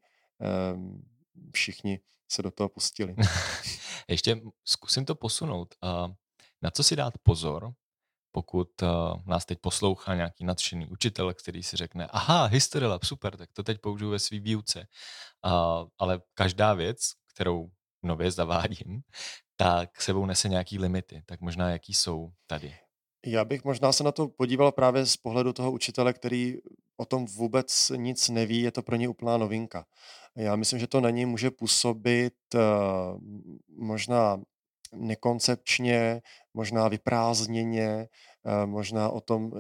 B: všichni se do toho pustili.
A: Ještě zkusím to posunout. Na co si dát pozor, pokud nás teď poslouchá nějaký nadšený učitel, který si řekne, aha, History Lab, super, tak to teď použiju ve svý výuce. Ale každá věc, kterou nově zavádím, tak sebou nese nějaký limity. Tak možná jaký jsou tady?
B: Já bych možná se na to podíval právě z pohledu toho učitele, který o tom vůbec nic neví, je to pro ně úplná novinka. Já myslím, že to na něj může působit možná nekoncepčně, možná vyprázdněně, možná o tom,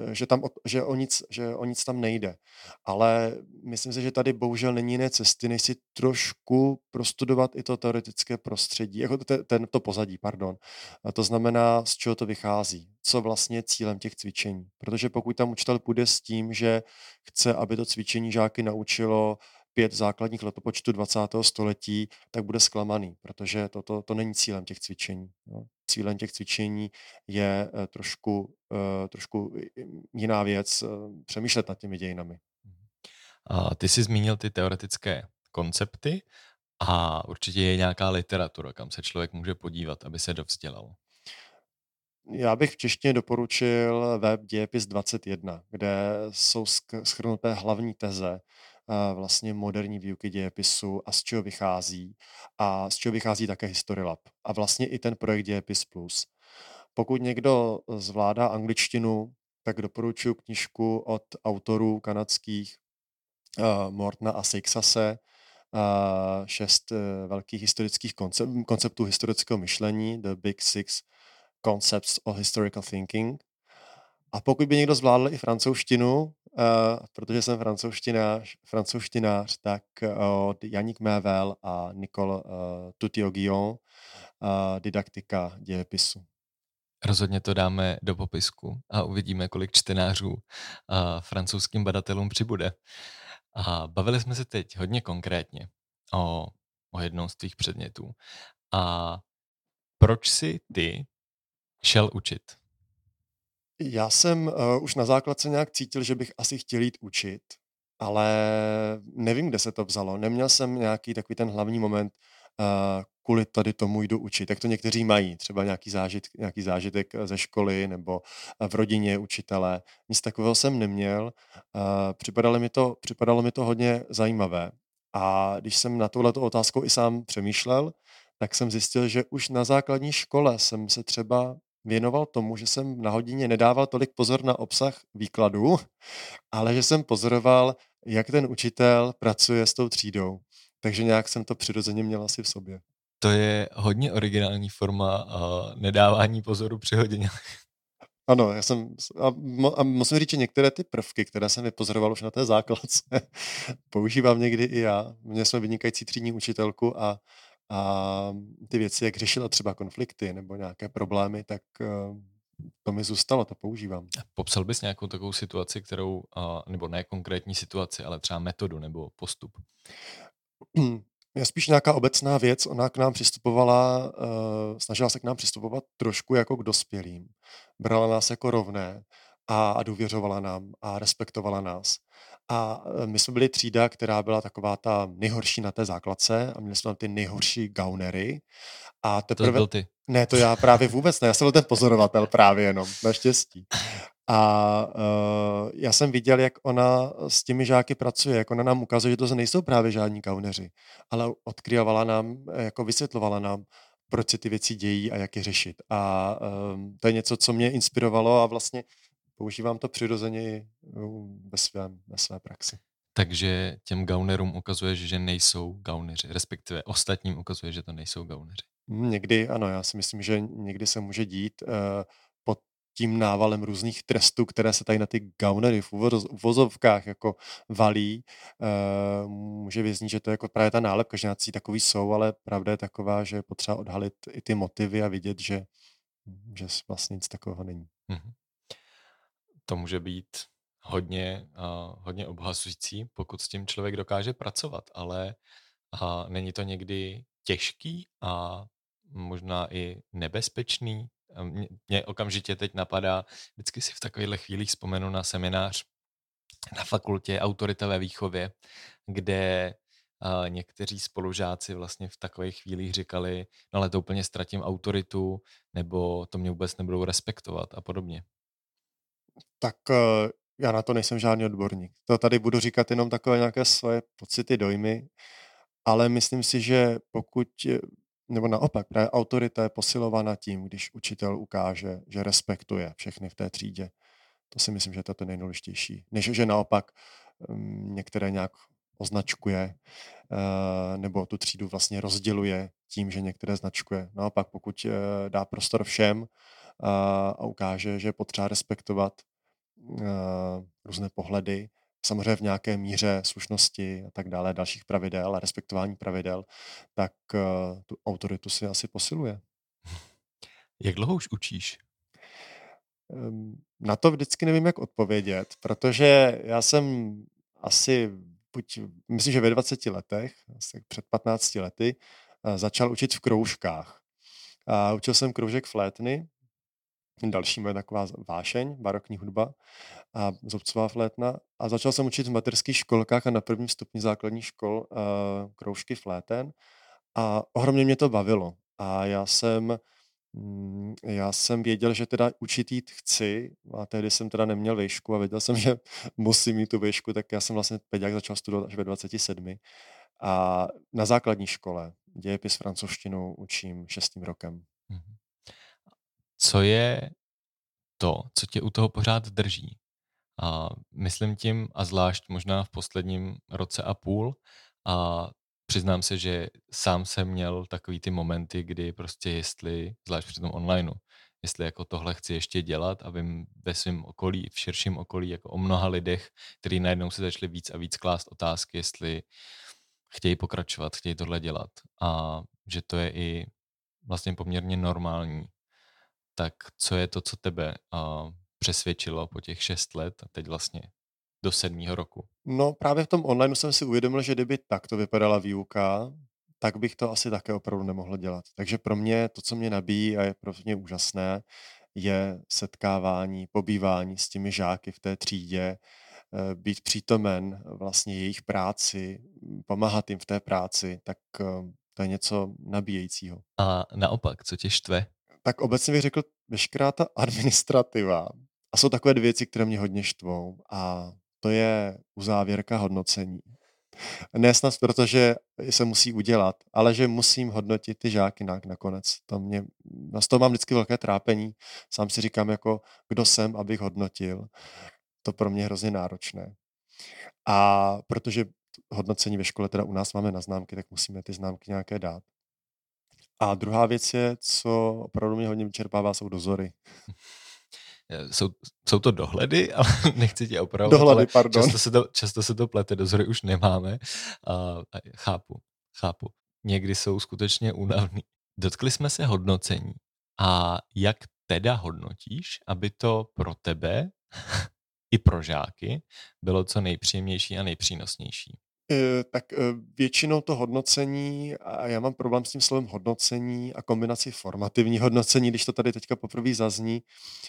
B: že o nic tam nejde. Ale myslím si, že tady bohužel není jiné cesty, než si trošku prostudovat i to teoretické prostředí, jako to pozadí, pardon. A to znamená, z čeho to vychází, co vlastně je cílem těch cvičení. Protože pokud tam učitel půjde s tím, že chce, aby to cvičení žáky naučilo 5 základních letopočtů 20. století, tak bude zklamaný, protože to není cílem těch cvičení. Jo. Cílem těch cvičení je trošku jiná věc, přemýšlet nad těmi dějinami.
A: Ty jsi zmínil ty teoretické koncepty a určitě je nějaká literatura, kam se člověk může podívat, aby se dovzdělal.
B: Já bych v češtině doporučil web Dějepis 21, kde jsou shrnuté hlavní teze vlastně moderní výuky dějepisu a z čeho vychází. A z čeho vychází také History Lab. A vlastně i ten projekt Dějepis Plus. Pokud někdo zvládá angličtinu, tak doporučuji knížku od autorů kanadských Mortona a Seixase, 6 velkých historických konceptů historického myšlení, The Big Six Concepts of Historical Thinking. A pokud by někdo zvládl i francouzštinu, protože jsem francouzštinář, tak od Yannick Mével a Nicole Tutio-Guillon, didaktika dějepisu.
A: Rozhodně to dáme do popisku a uvidíme, kolik čtenářů francouzským badatelům přibude. A bavili jsme se teď hodně konkrétně o jednom z tvých předmětů. A proč jsi ty šel učit?
B: Já jsem už na základce nějak cítil, že bych asi chtěl jít učit, ale nevím, kde se to vzalo. Neměl jsem nějaký takový ten hlavní moment, kvůli tady tomu jdu učit. Jak to někteří mají, třeba nějaký zážitek ze školy nebo v rodině učitele. Nic takového jsem neměl. Připadalo mi to hodně zajímavé. A když jsem na touhleto otázkou i sám přemýšlel, tak jsem zjistil, že už na základní škole jsem se třeba věnoval tomu, že jsem na hodině nedával tolik pozor na obsah výkladu, ale že jsem pozoroval, jak ten učitel pracuje s tou třídou. Takže nějak jsem to přirozeně měl asi v sobě.
A: To je hodně originální forma nedávání pozoru při hodině.
B: Ano, a musím říct, že některé ty prvky, které jsem vypozoroval už na té základce, používám někdy i já. Měli jsme vynikající třídní učitelku a ty věci, jak řešila třeba konflikty nebo nějaké problémy, tak to mi zůstalo, to používám.
A: Popsal bys nějakou takovou situaci, nebo ne konkrétní situaci, ale třeba metodu nebo postup?
B: Je spíš nějaká obecná věc, ona k nám přistupovala, snažila se k nám přistupovat trošku jako k dospělým. Brala nás jako rovné a důvěřovala nám a respektovala nás. A my jsme byli třída, která byla taková ta nejhorší na té základce a měli jsme tam ty nejhorší gaunery. A
A: To byl ty.
B: Ne, to já právě vůbec ne, já jsem byl ten pozorovatel právě jenom, naštěstí. A já jsem viděl, jak ona s těmi žáky pracuje, jak ona nám ukazuje, že to nejsou právě žádní gauneři, ale odkryvala nám, jako vysvětlovala nám, proč se ty věci dějí a jak je řešit. A to je něco, co mě inspirovalo a vlastně používám to přirozeně ve své praxi.
A: Takže těm gaunerům ukazuješ, že nejsou gauneři, respektive ostatním ukazuje, že to nejsou gauneři.
B: Někdy ano, já si myslím, že někdy se může dít pod tím návalem různých trestů, které se tady na ty gaunery v uvozovkách jako valí, může vyznít, že to je jako právě ta nálepka, že nějací takový jsou, ale pravda je taková, že je potřeba odhalit i ty motivy a vidět, že vlastně nic takového není.
A: Mhm. To může být hodně obhazující, pokud s tím člověk dokáže pracovat, ale není to někdy těžký a možná i nebezpečný. Mě okamžitě teď napadá, vždycky si v takovýchhle chvílích vzpomenu na seminář na fakultě autoritové výchově, kde někteří spolužáci vlastně v takových chvílích říkali, no ale to úplně ztratím autoritu, nebo to mě vůbec nebudou respektovat a podobně.
B: Tak já na to nejsem žádný odborník. To tady budu říkat jenom takové nějaké svoje pocity, dojmy, ale myslím si, že nebo naopak, právě autorita je posilována tím, když učitel ukáže, že respektuje všechny v té třídě. To si myslím, že to je to nejdůležitější. Než že naopak některé nějak označkuje nebo tu třídu vlastně rozděluje tím, že některé značkuje. Naopak, pokud dá prostor všem a ukáže, že je potřeba respektovat různé pohledy, samozřejmě v nějaké míře slušnosti a tak dále, dalších pravidel a respektování pravidel, tak tu autoritu si asi posiluje.
A: Jak dlouho už učíš?
B: Na to vždycky nevím, jak odpovědět, protože já jsem asi, myslím, že ve 20 letech, asi před 15 lety, začal učit v kroužkách. A učil jsem kroužek flétny, další moje taková vášeň, barokní hudba a zobcová flétna. A začal jsem učit v mateřských školkách a na prvním stupni základních škol kroužky fléten a ohromně mě to bavilo. A já jsem věděl, že teda učit jít chci a tehdy jsem teda neměl vejšku a věděl jsem, že musím mít tu vejšku, tak já jsem vlastně peďák začal studovat až ve 27. A na základní škole dějepis francouzštinu učím 6. rokem.
A: Co je to, co tě u toho pořád drží? A myslím tím, a zvlášť možná v posledním roce a půl, a přiznám se, že sám jsem měl takový ty momenty, kdy prostě zvlášť při tom onlineu, jestli jako tohle chci ještě dělat a vím ve svém okolí, v širším okolí jako o mnoha lidech, kteří najednou si začali víc a víc klást otázky, jestli chtějí pokračovat, chtějí tohle dělat a že to je i vlastně poměrně normální. Tak co je to, co tebe přesvědčilo po těch 6 let a teď vlastně do 7. roku?
B: No právě v tom online jsem si uvědomil, že kdyby takto vypadala výuka, tak bych to asi také opravdu nemohl dělat. Takže pro mě to, co mě nabíjí a je pro mě úžasné, je setkávání, pobývání s těmi žáky v té třídě, být přítomen vlastně jejich práci, pomáhat jim v té práci, tak to je něco nabíjejícího.
A: A naopak, co tě štve?
B: Tak obecně bych řekl, veškerá ta administrativa. A jsou takové 2 věci, které mě hodně štvou. A to je uzávěrka hodnocení. Ne snad proto, že se musí udělat, ale že musím hodnotit ty žáky nakonec. Z toho mám vždycky velké trápení. Sám si říkám, jako, kdo jsem, abych hodnotil. To pro mě je hrozně náročné. A protože hodnocení ve škole teda u nás máme na známky, tak musíme ty známky nějaké dát. A druhá věc je, co opravdu mě hodně vyčerpává, jsou dozory.
A: Jsou to dohledy, ale nechci tě opravovat,
B: Dohledy,
A: ale
B: pardon.
A: často se to plete, dozory už nemáme. Chápu. Někdy jsou skutečně únavný. Dotkli jsme se hodnocení. A jak teda hodnotíš, aby to pro tebe i pro žáky bylo co nejpříjemnější a nejpřínosnější?
B: Většinou to hodnocení, a já mám problém s tím slovem hodnocení a kombinaci formativní hodnocení, když to tady teďka poprvé zazní,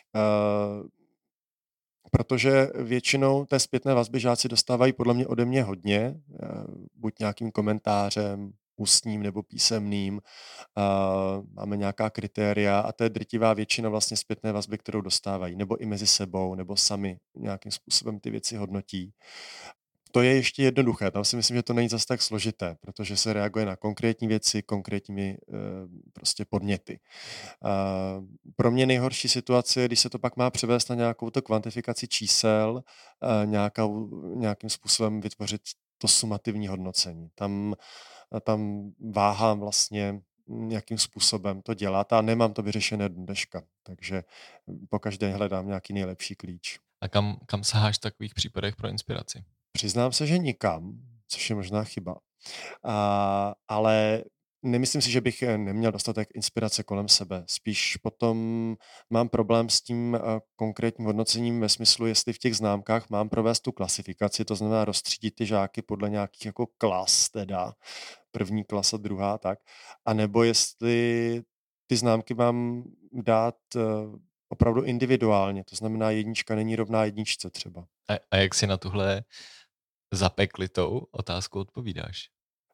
B: protože většinou té zpětné vazby žáci dostávají podle mě ode mě hodně, buď nějakým komentářem, ústním nebo písemným, máme nějaká kritéria a to je drtivá většina vlastně zpětné vazby, kterou dostávají, nebo i mezi sebou, nebo sami nějakým způsobem ty věci hodnotí. To je ještě jednoduché, tam si myslím, že to není zas tak složité, protože se reaguje na konkrétní věci, konkrétními prostě podněty. Pro mě nejhorší situace je, když se to pak má převést na nějakou to kvantifikaci čísel, nějakým způsobem vytvořit to sumativní hodnocení. Tam váhám vlastně, jakým způsobem to dělat a nemám to vyřešené do dneška, takže pokaždé hledám nějaký nejlepší klíč.
A: A kam saháš v takových případech pro inspiraci?
B: Přiznám se, že nikam, což je možná chyba. Ale nemyslím si, že bych neměl dostatek inspirace kolem sebe. Spíš potom mám problém s tím konkrétním hodnocením ve smyslu, jestli v těch známkách mám provést tu klasifikaci, to znamená rozstřídit ty žáky podle nějakých jako klas, teda první klasa, druhá, tak, a nebo jestli ty známky mám dát opravdu individuálně, to znamená 1 není rovná 1 třeba.
A: A jak si na tuhle zapeklitou otázku odpovídáš?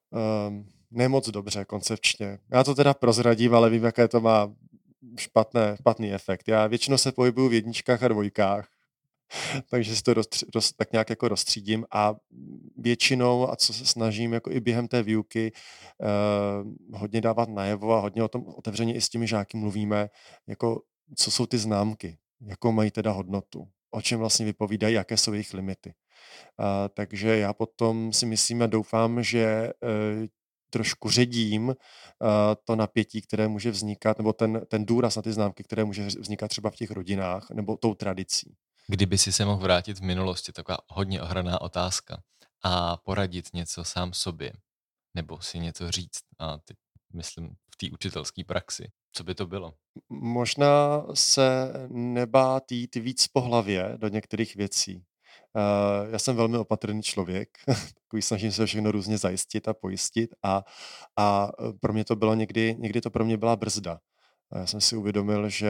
B: Ne moc dobře koncepčně. Já to teda prozradím, ale vím, jaké to má špatný efekt. Já většinou se pohybuju v 1 a 2, takže si to tak nějak jako rozstřídím a většinou, a co se snažím jako i během té výuky hodně dávat najevo a hodně o tom otevřeně i s těmi žáky mluvíme, jako co jsou ty známky, jakou mají teda hodnotu, o čem vlastně vypovídají, jaké jsou jejich limity. Takže já potom si myslím a doufám, že trošku ředím to napětí, které může vznikat, nebo ten důraz na ty známky, které může vznikat třeba v těch rodinách, nebo tou tradicí.
A: Kdyby si se mohl vrátit v minulosti, taková hodně ohraná otázka, a poradit něco sám sobě, nebo si něco říct, a teď myslím v té učitelské praxi, co by to bylo?
B: Možná se nebát jít víc po hlavě do některých věcí. Já jsem velmi opatrný člověk, takový snažím se všechno různě zajistit a pojistit a pro mě to bylo někdy to pro mě byla brzda. A já jsem si uvědomil, že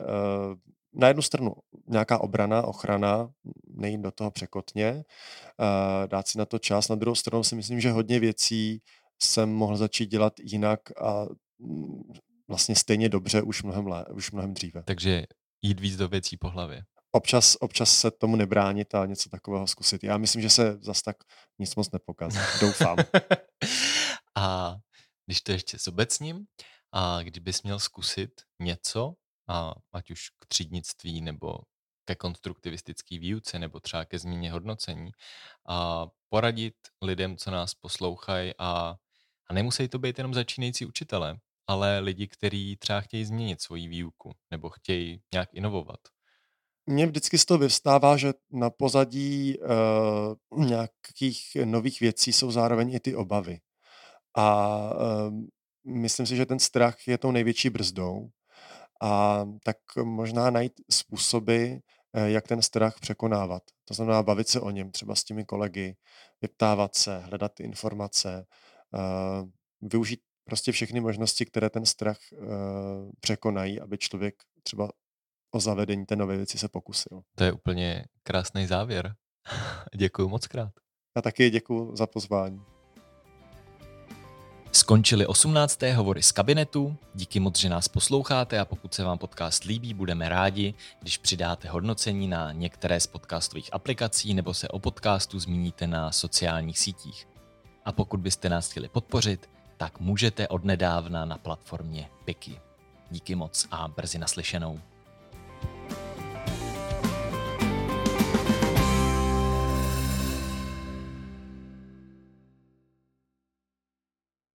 B: na jednu stranu nějaká obrana, ochrana, nejít do toho překotně, dát si na to čas, na druhou stranu si myslím, že hodně věcí jsem mohl začít dělat jinak a vlastně stejně dobře už mnohem dříve.
A: Takže jít víc do věcí po hlavě.
B: Občas se tomu nebránit a něco takového zkusit. Já myslím, že se zas tak nic moc nepokazí. Doufám.
A: A když to ještě zobecním, a kdybys měl zkusit něco, ať už k třídnictví nebo ke konstruktivistické výuce nebo třeba ke změně hodnocení, a poradit lidem, co nás poslouchají a nemusí to být jenom začínající učitelé, ale lidi, kteří třeba chtějí změnit svoji výuku nebo chtějí nějak inovovat.
B: Mně vždycky z toho vyvstává, že na pozadí nějakých nových věcí jsou zároveň i ty obavy. A myslím si, že ten strach je tou největší brzdou. A tak možná najít způsoby, jak ten strach překonávat. To znamená bavit se o něm třeba s těmi kolegy, vyptávat se, hledat ty informace, využít prostě všechny možnosti, které ten strach překonají, aby člověk třeba o zavedení té nové věci se pokusil.
A: To je úplně krásný závěr. Děkuju moc krát.
B: Já taky děkuji za pozvání.
A: Skončily 18. hovory z kabinetu. Díky moc, že nás posloucháte, a pokud se vám podcast líbí, budeme rádi, když přidáte hodnocení na některé z podcastových aplikací nebo se o podcastu zmíníte na sociálních sítích. A pokud byste nás chtěli podpořit, tak můžete odnedávna na platformě Piky. Díky moc a brzy naslyšenou.